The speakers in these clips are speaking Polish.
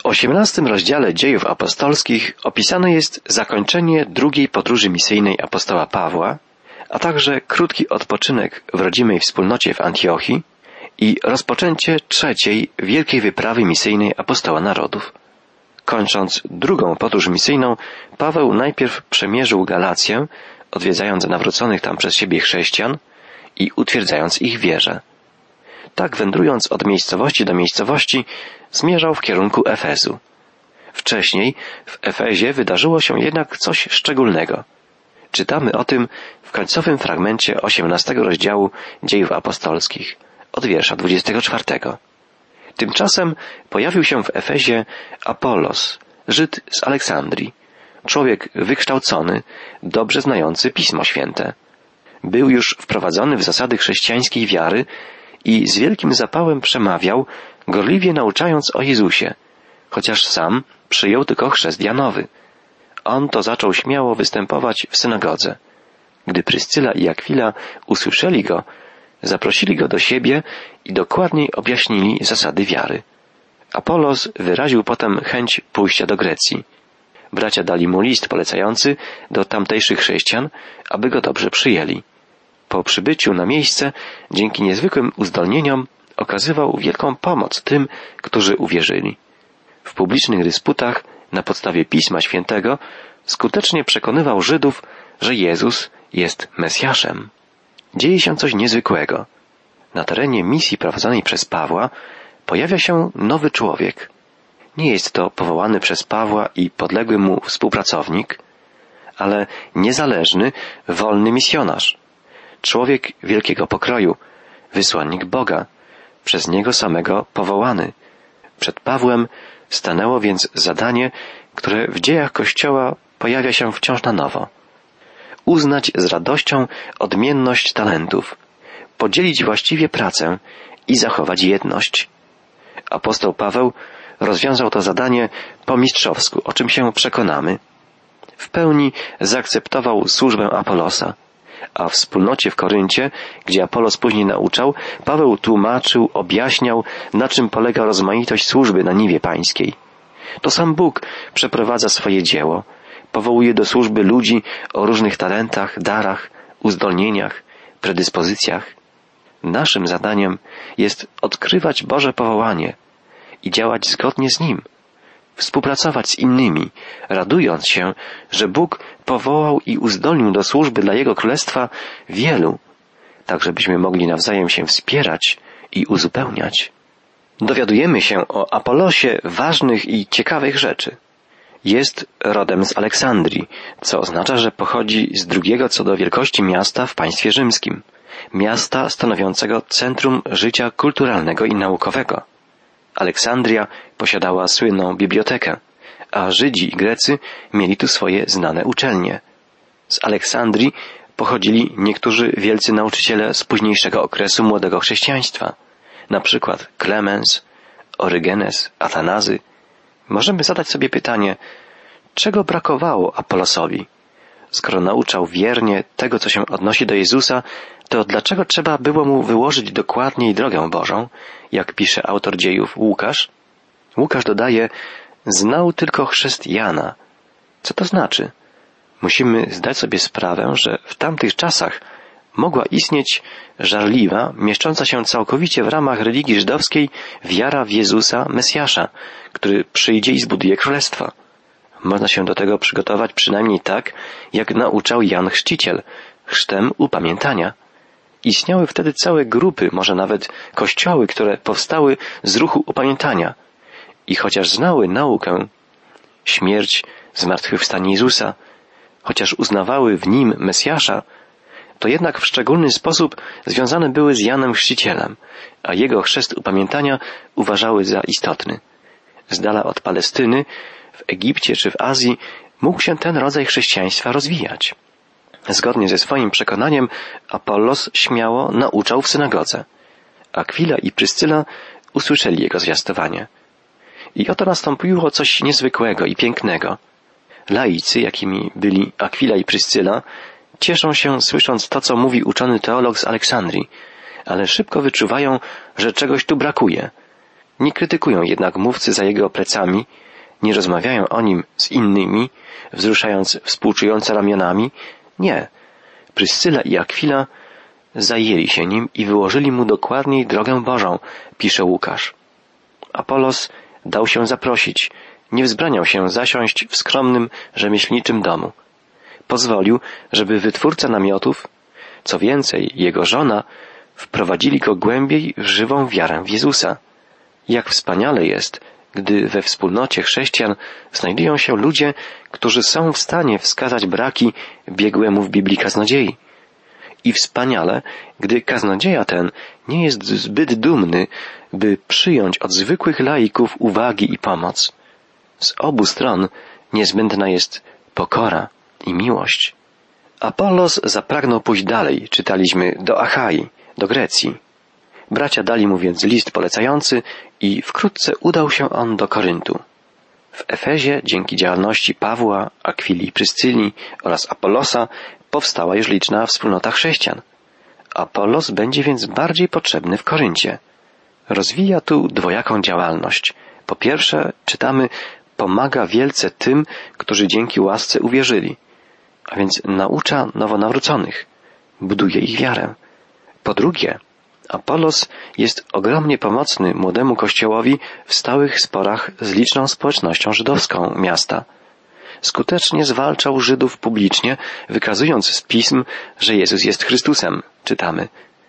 18 rozdziale Dziejów Apostolskich opisane jest zakończenie drugiej podróży misyjnej apostoła Pawła, a także krótki odpoczynek w rodzimej wspólnocie w Antiochii i rozpoczęcie trzeciej wielkiej wyprawy misyjnej apostoła narodów. Kończąc drugą podróż misyjną, Paweł najpierw przemierzył Galację, odwiedzając nawróconych tam przez siebie chrześcijan i utwierdzając ich w wierze. Tak wędrując od miejscowości do miejscowości, zmierzał w kierunku Efezu. Wcześniej w Efezie wydarzyło się jednak coś szczególnego. Czytamy o tym w końcowym fragmencie 18 rozdziału Dziejów Apostolskich, od wiersza 24. Tymczasem pojawił się w Efezie Apollos, Żyd z Aleksandrii, człowiek wykształcony, dobrze znający Pismo Święte. Był już wprowadzony w zasady chrześcijańskiej wiary i z wielkim zapałem przemawiał, gorliwie nauczając o Jezusie, chociaż sam przyjął tylko chrzest Janowy. On to zaczął śmiało występować w synagodze. Gdy Pryscyla i Akwila usłyszeli go, zaprosili go do siebie i dokładniej objaśnili zasady wiary. Apollos wyraził potem chęć pójścia do Grecji. Bracia dali mu list polecający do tamtejszych chrześcijan, aby go dobrze przyjęli. Po przybyciu na miejsce, dzięki niezwykłym uzdolnieniom, okazywał wielką pomoc tym, którzy uwierzyli. W publicznych dysputach na podstawie Pisma Świętego skutecznie przekonywał Żydów, że Jezus jest Mesjaszem. Dzieje się coś niezwykłego. Na terenie misji prowadzonej przez Pawła pojawia się nowy człowiek. Nie jest to powołany przez Pawła i podległy mu współpracownik, ale niezależny, wolny misjonarz. Człowiek wielkiego pokroju, wysłannik Boga, przez Niego samego powołany. Przed Pawłem stanęło więc zadanie, które w dziejach Kościoła pojawia się wciąż na nowo. Uznać z radością odmienność talentów, podzielić właściwie pracę i zachować jedność. Apostoł Paweł rozwiązał to zadanie po mistrzowsku, o czym się przekonamy. W pełni zaakceptował służbę Apolosa, a w wspólnocie w Koryncie, gdzie Apolos później nauczał, Paweł tłumaczył, objaśniał, na czym polega rozmaitość służby na niwie pańskiej. To sam Bóg przeprowadza swoje dzieło, powołuje do służby ludzi o różnych talentach, darach, uzdolnieniach, predyspozycjach. Naszym zadaniem jest odkrywać Boże powołanie i działać zgodnie z Nim, współpracować z innymi, radując się, że Bóg powołał i uzdolnił do służby dla Jego Królestwa wielu, tak żebyśmy mogli nawzajem się wspierać i uzupełniać. Dowiadujemy się o Apolosie ważnych i ciekawych rzeczy. Jest rodem z Aleksandrii, co oznacza, że pochodzi z drugiego co do wielkości miasta w państwie rzymskim, miasta stanowiącego centrum życia kulturalnego i naukowego. Aleksandria posiadała słynną bibliotekę, a Żydzi i Grecy mieli tu swoje znane uczelnie. Z Aleksandrii pochodzili niektórzy wielcy nauczyciele z późniejszego okresu młodego chrześcijaństwa, na przykład Klemens, Orygenes, Atanazy. Możemy zadać sobie pytanie, czego brakowało Apolosowi? Skoro nauczał wiernie tego, co się odnosi do Jezusa, to dlaczego trzeba było mu wyłożyć dokładniej drogę Bożą, jak pisze autor dziejów Łukasz? Łukasz dodaje, znał tylko chrzest Jana. Co to znaczy? Musimy zdać sobie sprawę, że w tamtych czasach mogła istnieć żarliwa, mieszcząca się całkowicie w ramach religii żydowskiej wiara w Jezusa, Mesjasza, który przyjdzie i zbuduje królestwo. Można się do tego przygotować przynajmniej tak, jak nauczał Jan Chrzciciel, chrztem upamiętania. Istniały wtedy całe grupy, może nawet kościoły, które powstały z ruchu upamiętania. I chociaż znały naukę, śmierć, zmartwychwstanie Jezusa, chociaż uznawały w Nim Mesjasza, to jednak w szczególny sposób związane były z Janem Chrzcicielem, a jego chrzest upamiętania uważały za istotny. Z dala od Palestyny, w Egipcie czy w Azji mógł się ten rodzaj chrześcijaństwa rozwijać. Zgodnie ze swoim przekonaniem Apollos śmiało nauczał w synagodze. Akwila i Pryscyla usłyszeli jego zwiastowanie. I oto nastąpiło coś niezwykłego i pięknego. Laicy, jakimi byli Akwila i Pryscyla, cieszą się słysząc to, co mówi uczony teolog z Aleksandrii, ale szybko wyczuwają, że czegoś tu brakuje. Nie krytykują jednak mówcy za jego plecami, nie rozmawiają o nim z innymi, wzruszając współczujące ramionami. Nie. Pryscyla i Akwila zajęli się nim i wyłożyli mu dokładniej drogę Bożą, pisze Łukasz. Apolos dał się zaprosić, nie wzbraniał się zasiąść w skromnym, rzemieślniczym domu. Pozwolił, żeby wytwórca namiotów, co więcej, jego żona, wprowadzili go głębiej w żywą wiarę w Jezusa. Jak wspaniale jest, gdy we wspólnocie chrześcijan znajdują się ludzie, którzy są w stanie wskazać braki biegłemu w Biblii kaznodziei. I wspaniale, gdy kaznodzieja ten nie jest zbyt dumny, by przyjąć od zwykłych laików uwagi i pomoc. Z obu stron niezbędna jest pokora i miłość. Apollos zapragnął pójść dalej, czytaliśmy, do Achai, do Grecji. Bracia dali mu więc list polecający i wkrótce udał się on do Koryntu. W Efezie, dzięki działalności Pawła, Akwili i Pryscyli oraz Apollosa, powstała już liczna wspólnota chrześcijan. Apollos będzie więc bardziej potrzebny w Koryncie. Rozwija tu dwojaką działalność. Po pierwsze, czytamy, pomaga wielce tym, którzy dzięki łasce uwierzyli, a więc naucza nowonawróconych, buduje ich wiarę. Po drugie, Apollos jest ogromnie pomocny młodemu kościołowi w stałych sporach z liczną społecznością żydowską miasta. Skutecznie zwalczał Żydów publicznie, wykazując z pism, że Jezus jest Chrystusem, czytamy.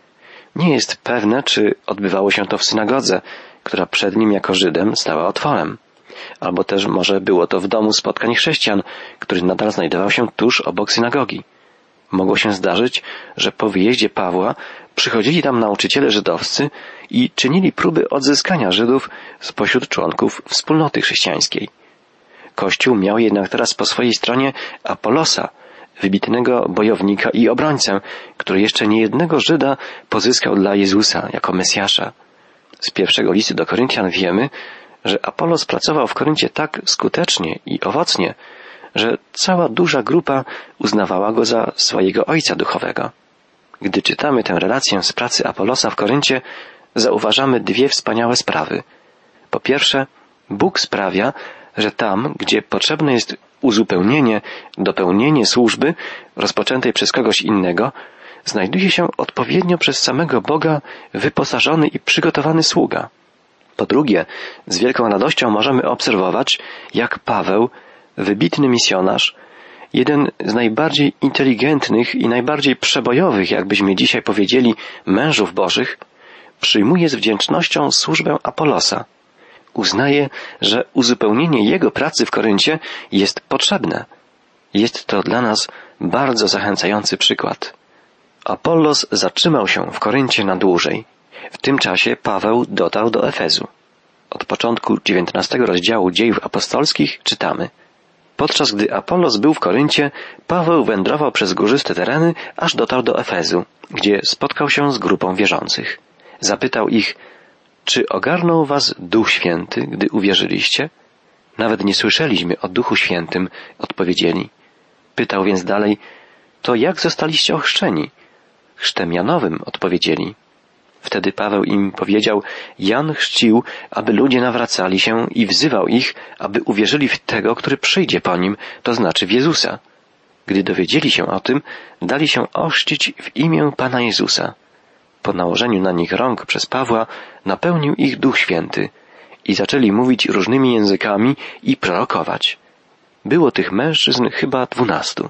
Nie jest pewne, czy odbywało się to w synagodze, która przed nim jako Żydem stała otworem. Albo też może było to w domu spotkań chrześcijan, który nadal znajdował się tuż obok synagogi. Mogło się zdarzyć, że po wyjeździe Pawła przychodzili tam nauczyciele żydowscy i czynili próby odzyskania Żydów spośród członków wspólnoty chrześcijańskiej. Kościół miał jednak teraz po swojej stronie Apollosa, wybitnego bojownika i obrońcę, który jeszcze niejednego Żyda pozyskał dla Jezusa jako Mesjasza. Z pierwszego listu do Koryntian wiemy, że Apollos pracował w Koryncie tak skutecznie i owocnie, że cała duża grupa uznawała go za swojego ojca duchowego. Gdy czytamy tę relację z pracy Apollosa w Koryncie, zauważamy dwie wspaniałe sprawy. Po pierwsze, Bóg sprawia, że tam, gdzie potrzebne jest uzupełnienie, dopełnienie służby rozpoczętej przez kogoś innego, znajduje się odpowiednio przez samego Boga wyposażony i przygotowany sługa. Po drugie, z wielką radością możemy obserwować, jak Paweł, wybitny misjonarz, jeden z najbardziej inteligentnych i najbardziej przebojowych, jakbyśmy dzisiaj powiedzieli, mężów bożych, przyjmuje z wdzięcznością służbę Apollosa. Uznaje, że uzupełnienie jego pracy w Koryncie jest potrzebne. Jest to dla nas bardzo zachęcający przykład. Apollos zatrzymał się w Koryncie na dłużej. W tym czasie Paweł dotarł do Efezu. Od początku 19 rozdziału Dziejów Apostolskich czytamy: podczas gdy Apollos był w Koryncie, Paweł wędrował przez górzyste tereny, aż dotarł do Efezu, gdzie spotkał się z grupą wierzących. Zapytał ich: czy ogarnął was Duch Święty, gdy uwierzyliście? Nawet nie słyszeliśmy o Duchu Świętym, odpowiedzieli. Pytał więc dalej: to jak zostaliście ochrzczeni? Chrztem Janowym, odpowiedzieli. Wtedy Paweł im powiedział: Jan chrzcił, aby ludzie nawracali się i wzywał ich, aby uwierzyli w tego, który przyjdzie po nim, to znaczy w Jezusa. Gdy dowiedzieli się o tym, dali się ochrzcić w imię Pana Jezusa. Po nałożeniu na nich rąk przez Pawła napełnił ich Duch Święty i zaczęli mówić różnymi językami i prorokować. Było tych mężczyzn chyba 12.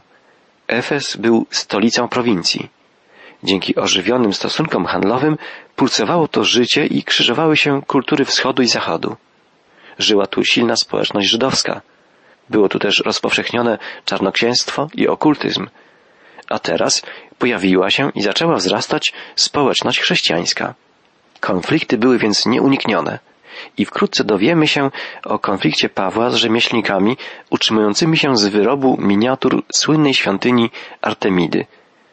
Efes był stolicą prowincji. Dzięki ożywionym stosunkom handlowym pulsowało to życie i krzyżowały się kultury wschodu i zachodu. Żyła tu silna społeczność żydowska. Było tu też rozpowszechnione czarnoksięstwo i okultyzm. A teraz pojawiła się i zaczęła wzrastać społeczność chrześcijańska. Konflikty były więc nieuniknione i wkrótce dowiemy się o konflikcie Pawła z rzemieślnikami utrzymującymi się z wyrobu miniatur słynnej świątyni Artemidy.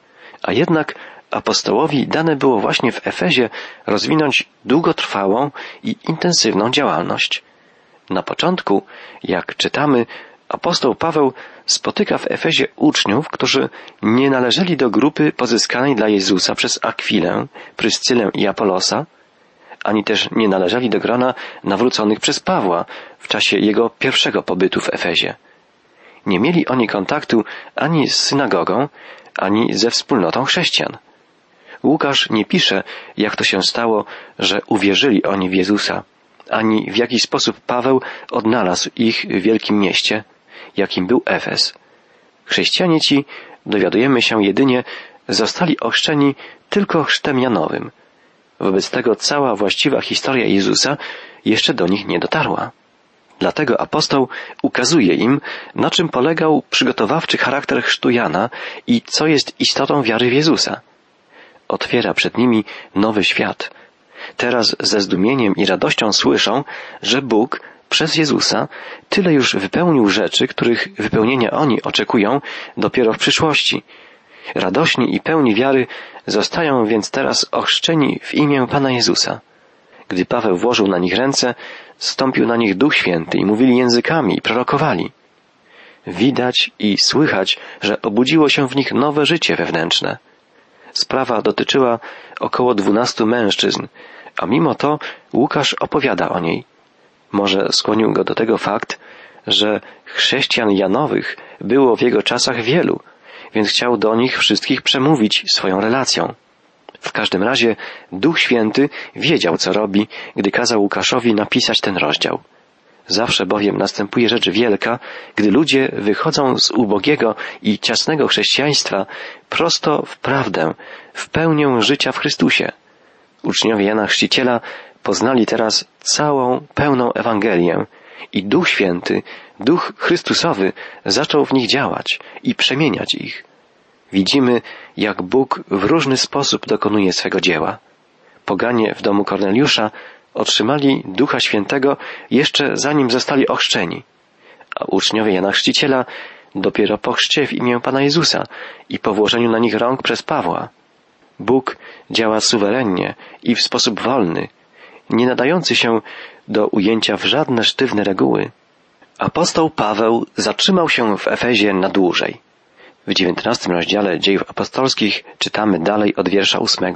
A jednak apostołowi dane było właśnie w Efezie rozwinąć długotrwałą i intensywną działalność. Na początku, jak czytamy, apostoł Paweł spotyka w Efezie uczniów, którzy nie należeli do grupy pozyskanej dla Jezusa przez Akwilę, Pryscylę i Apollosa, ani też nie należeli do grona nawróconych przez Pawła w czasie jego pierwszego pobytu w Efezie. Nie mieli oni kontaktu ani z synagogą, ani ze wspólnotą chrześcijan. Łukasz nie pisze, jak to się stało, że uwierzyli oni w Jezusa, ani w jaki sposób Paweł odnalazł ich w wielkim mieście, jakim był Efes. Chrześcijanie ci, dowiadujemy się jedynie, zostali ochrzczeni tylko chrztem Janowym. Wobec tego cała właściwa historia Jezusa jeszcze do nich nie dotarła. Dlatego apostoł ukazuje im, na czym polegał przygotowawczy charakter chrztu Jana i co jest istotą wiary w Jezusa. Otwiera przed nimi nowy świat. Teraz ze zdumieniem i radością słyszą, że Bóg przez Jezusa tyle już wypełnił rzeczy, których wypełnienia oni oczekują dopiero w przyszłości. Radośni i pełni wiary zostają więc teraz ochrzczeni w imię Pana Jezusa. Gdy Paweł włożył na nich ręce, zstąpił na nich Duch Święty i mówili językami i prorokowali. Widać i słychać, że obudziło się w nich nowe życie wewnętrzne. Sprawa dotyczyła około 12 mężczyzn, a mimo to Łukasz opowiada o niej. Może skłonił go do tego fakt, że chrześcijan Janowych było w jego czasach wielu, więc chciał do nich wszystkich przemówić swoją relacją. W każdym razie Duch Święty wiedział, co robi, gdy kazał Łukaszowi napisać ten rozdział. Zawsze bowiem następuje rzecz wielka, gdy ludzie wychodzą z ubogiego i ciasnego chrześcijaństwa prosto w prawdę, w pełnię życia w Chrystusie. Uczniowie Jana Chrzciciela poznali teraz całą, pełną Ewangelię i Duch Święty, Duch Chrystusowy zaczął w nich działać i przemieniać ich. Widzimy, jak Bóg w różny sposób dokonuje swego dzieła. Poganie w domu Korneliusza otrzymali Ducha Świętego jeszcze zanim zostali ochrzczeni, a uczniowie Jana Chrzciciela dopiero po chrzcie w imię Pana Jezusa i po włożeniu na nich rąk przez Pawła. Bóg działa suwerennie i w sposób wolny, nie nadający się do ujęcia w żadne sztywne reguły. Apostoł Paweł zatrzymał się w Efezie na dłużej. W 19 rozdziale Dziejów Apostolskich czytamy dalej od wiersza 8.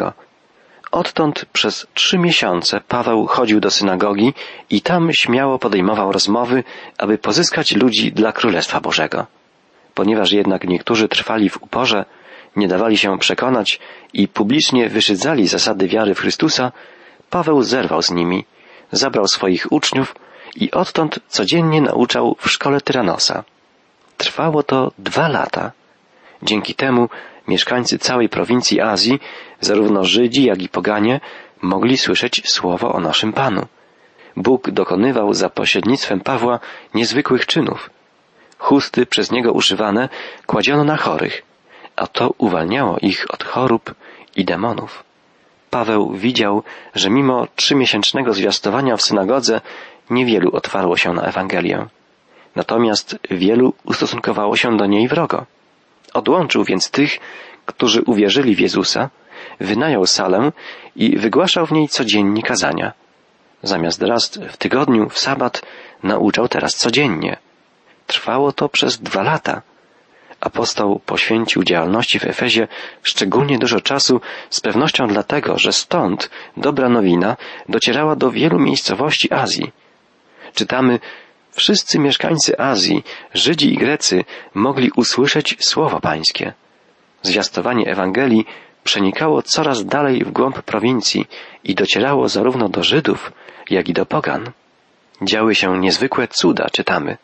Odtąd przez 3 miesiące Paweł chodził do synagogi i tam śmiało podejmował rozmowy, aby pozyskać ludzi dla Królestwa Bożego. Ponieważ jednak niektórzy trwali w uporze, nie dawali się przekonać i publicznie wyszydzali zasady wiary w Chrystusa, Paweł zerwał z nimi, zabrał swoich uczniów i odtąd codziennie nauczał w szkole Tyranosa. Trwało to 2 lata. Dzięki temu mieszkańcy całej prowincji Azji, zarówno Żydzi, jak i poganie, mogli słyszeć słowo o naszym Panu. Bóg dokonywał za pośrednictwem Pawła niezwykłych czynów. Chusty przez niego używane kładziono na chorych, a to uwalniało ich od chorób i demonów. Paweł widział, że mimo 3-miesięcznego zwiastowania w synagodze niewielu otwarło się na Ewangelię. Natomiast wielu ustosunkowało się do niej wrogo. Odłączył więc tych, którzy uwierzyli w Jezusa, wynajął salę i wygłaszał w niej codziennie kazania. Zamiast raz w tygodniu, w sabat, nauczał teraz codziennie. Trwało to przez 2 lata. Apostoł poświęcił działalności w Efezie szczególnie dużo czasu, z pewnością dlatego, że stąd dobra nowina docierała do wielu miejscowości Azji. Czytamy: wszyscy mieszkańcy Azji, Żydzi i Grecy, mogli usłyszeć słowo Pańskie. Zwiastowanie Ewangelii przenikało coraz dalej w głąb prowincji i docierało zarówno do Żydów, jak i do pogan. Działy się niezwykłe cuda, czytamy.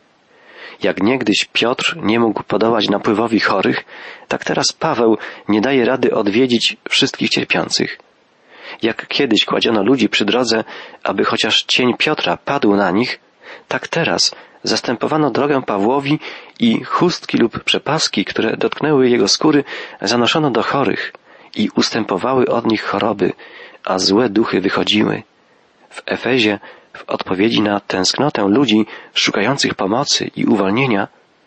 Jak niegdyś Piotr nie mógł podołać napływowi chorych, tak teraz Paweł nie daje rady odwiedzić wszystkich cierpiących. Jak kiedyś kładziono ludzi przy drodze, aby chociaż cień Piotra padł na nich, tak teraz zastępowano drogę Pawłowi i chustki lub przepaski, które dotknęły jego skóry, zanoszono do chorych i ustępowały od nich choroby, a złe duchy wychodziły. W Efezie, w odpowiedzi na tęsknotę ludzi szukających pomocy i uwolnienia,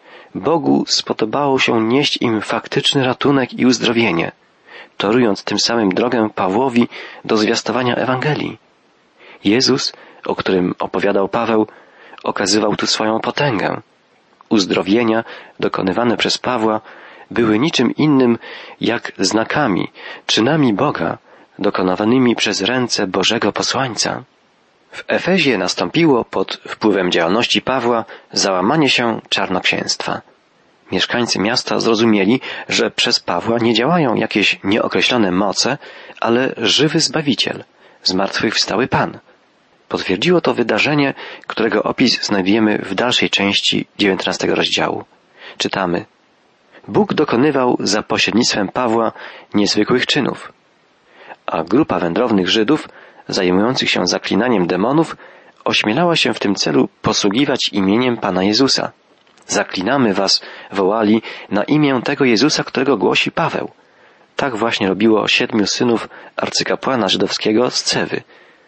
Bogu spodobało się nieść im faktyczny ratunek i uzdrowienie, torując tym samym drogę Pawłowi do zwiastowania Ewangelii. Jezus, o którym opowiadał Paweł, okazywał tu swoją potęgę. Uzdrowienia dokonywane przez Pawła były niczym innym jak znakami, czynami Boga dokonywanymi przez ręce Bożego posłańca. W Efezie nastąpiło pod wpływem działalności Pawła załamanie się czarnoksięstwa. Mieszkańcy miasta zrozumieli, że przez Pawła nie działają jakieś nieokreślone moce, ale żywy Zbawiciel, zmartwychwstały Pan. Potwierdziło to wydarzenie, którego opis znajdujemy w dalszej części 19 rozdziału. Czytamy: Bóg dokonywał za pośrednictwem Pawła niezwykłych czynów, a grupa wędrownych Żydów, zajmujących się zaklinaniem demonów, ośmielała się w tym celu posługiwać imieniem Pana Jezusa. Zaklinamy was, wołali, na imię tego Jezusa, którego głosi Paweł. Tak właśnie robiło 7 synów arcykapłana żydowskiego z Cewy.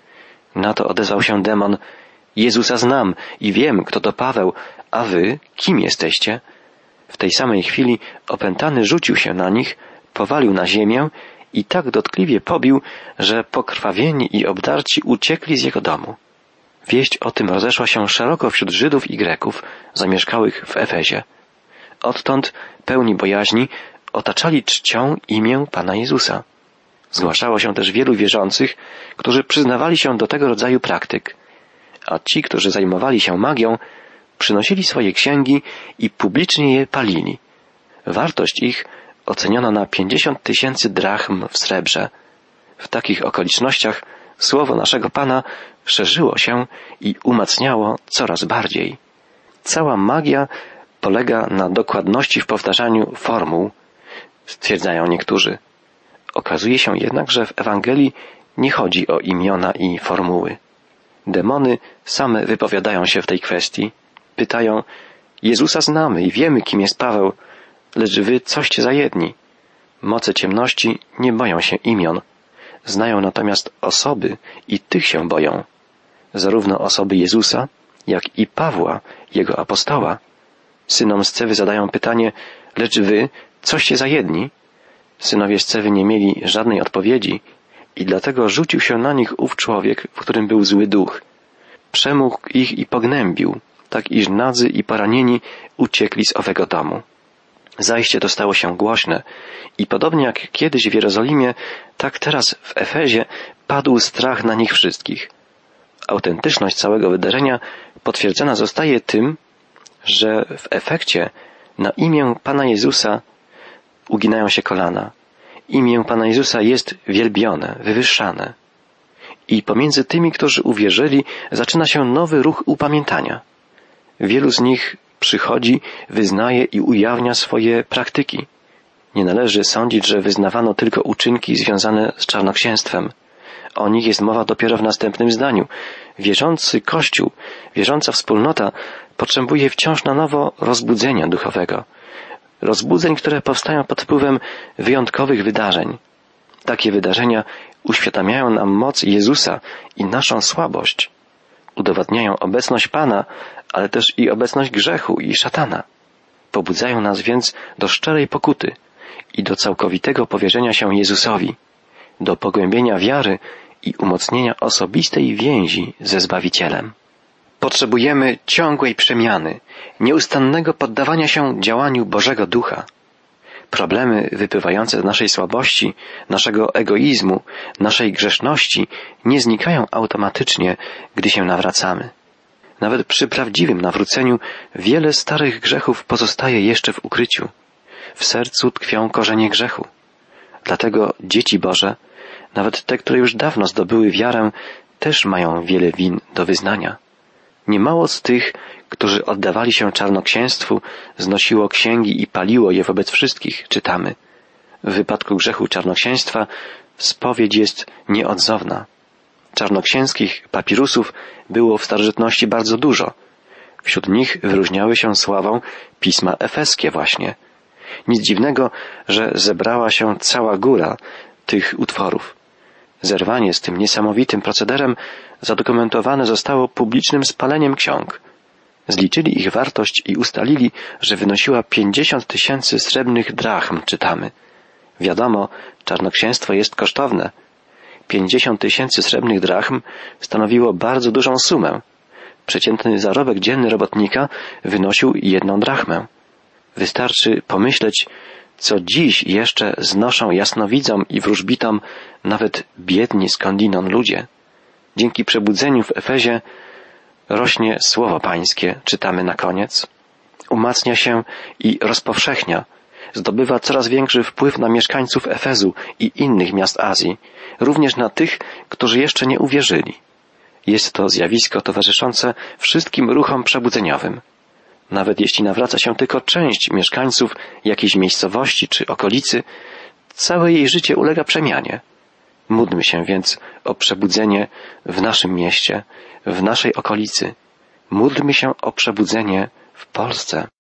Na to odezwał się demon: Jezusa znam i wiem, kto to Paweł, a wy kim jesteście? W tej samej chwili opętany rzucił się na nich, powalił na ziemię i tak dotkliwie pobił, że pokrwawieni i obdarci uciekli z jego domu. Wieść o tym rozeszła się szeroko wśród Żydów i Greków zamieszkałych w Efezie. Odtąd, pełni bojaźni, otaczali czcią imię Pana Jezusa. Zgłaszało się też wielu wierzących, którzy przyznawali się do tego rodzaju praktyk, a ci, którzy zajmowali się magią, przynosili swoje księgi i publicznie je palili. Wartość ich oceniono na 50 000 drachm w srebrze. W takich okolicznościach słowo naszego Pana szerzyło się i umacniało coraz bardziej. Cała magia polega na dokładności w powtarzaniu formuł, stwierdzają niektórzy. Okazuje się jednak, że w Ewangelii nie chodzi o imiona i formuły. Demony same wypowiadają się w tej kwestii. Pytają: Jezusa znamy i wiemy, kim jest Paweł, lecz wy coście za jedni. Moce ciemności nie boją się imion. Znają natomiast osoby i tych się boją. Zarówno osoby Jezusa, jak i Pawła, jego apostoła. Synom z Cewy zadają pytanie: lecz wy coście za jedni? Synowie z Cewy nie mieli żadnej odpowiedzi i dlatego rzucił się na nich ów człowiek, w którym był zły duch. Przemógł ich i pognębił, tak iż nadzy i poranieni uciekli z owego domu. Zajście to stało się głośne i podobnie jak kiedyś w Jerozolimie, tak teraz w Efezie padł strach na nich wszystkich. Autentyczność całego wydarzenia potwierdzona zostaje tym, że w efekcie na imię Pana Jezusa uginają się kolana. Imię Pana Jezusa jest wielbione, wywyższane. I pomiędzy tymi, którzy uwierzyli, zaczyna się nowy ruch upamiętania. Wielu z nich przychodzi, wyznaje i ujawnia swoje praktyki. Nie należy sądzić, że wyznawano tylko uczynki związane z czarnoksięstwem. O nich jest mowa dopiero w następnym zdaniu. Wierzący Kościół, wierząca wspólnota potrzebuje wciąż na nowo rozbudzenia duchowego. Rozbudzeń, które powstają pod wpływem wyjątkowych wydarzeń. Takie wydarzenia uświadamiają nam moc Jezusa i naszą słabość. Udowadniają obecność Pana, ale też i obecność grzechu i szatana. Pobudzają nas więc do szczerej pokuty i do całkowitego powierzenia się Jezusowi, do pogłębienia wiary i umocnienia osobistej więzi ze Zbawicielem. Potrzebujemy ciągłej przemiany, nieustannego poddawania się działaniu Bożego Ducha. Problemy wypływające z naszej słabości, naszego egoizmu, naszej grzeszności nie znikają automatycznie, gdy się nawracamy. Nawet przy prawdziwym nawróceniu wiele starych grzechów pozostaje jeszcze w ukryciu. W sercu tkwią korzenie grzechu. Dlatego dzieci Boże, nawet te, które już dawno zdobyły wiarę, też mają wiele win do wyznania. Niemało z tych, którzy oddawali się czarnoksięstwu, znosiło księgi i paliło je wobec wszystkich, czytamy. W wypadku grzechu czarnoksięstwa spowiedź jest nieodzowna. Czarnoksięskich papirusów było w starożytności bardzo dużo. Wśród nich wyróżniały się sławą pisma efeskie właśnie. Nic dziwnego, że zebrała się cała góra tych utworów. Zerwanie z tym niesamowitym procederem zadokumentowane zostało publicznym spaleniem ksiąg. Zliczyli ich wartość i ustalili, że wynosiła 50 000 srebrnych drachm, czytamy. Wiadomo, czarnoksięstwo jest kosztowne. 50 000 srebrnych drachm stanowiło bardzo dużą sumę. Przeciętny zarobek dzienny robotnika wynosił 1 drachmę. Wystarczy pomyśleć, co dziś jeszcze znoszą jasnowidzom i wróżbitom nawet biedni skądinąd ludzie. Dzięki przebudzeniu w Efezie rośnie słowo Pańskie, czytamy na koniec, umacnia się i rozpowszechnia, zdobywa coraz większy wpływ na mieszkańców Efezu i innych miast Azji, również na tych, którzy jeszcze nie uwierzyli. Jest to zjawisko towarzyszące wszystkim ruchom przebudzeniowym. Nawet jeśli nawraca się tylko część mieszkańców jakiejś miejscowości czy okolicy, całe jej życie ulega przemianie. Módlmy się więc o przebudzenie w naszym mieście, w naszej okolicy. Módlmy się o przebudzenie w Polsce.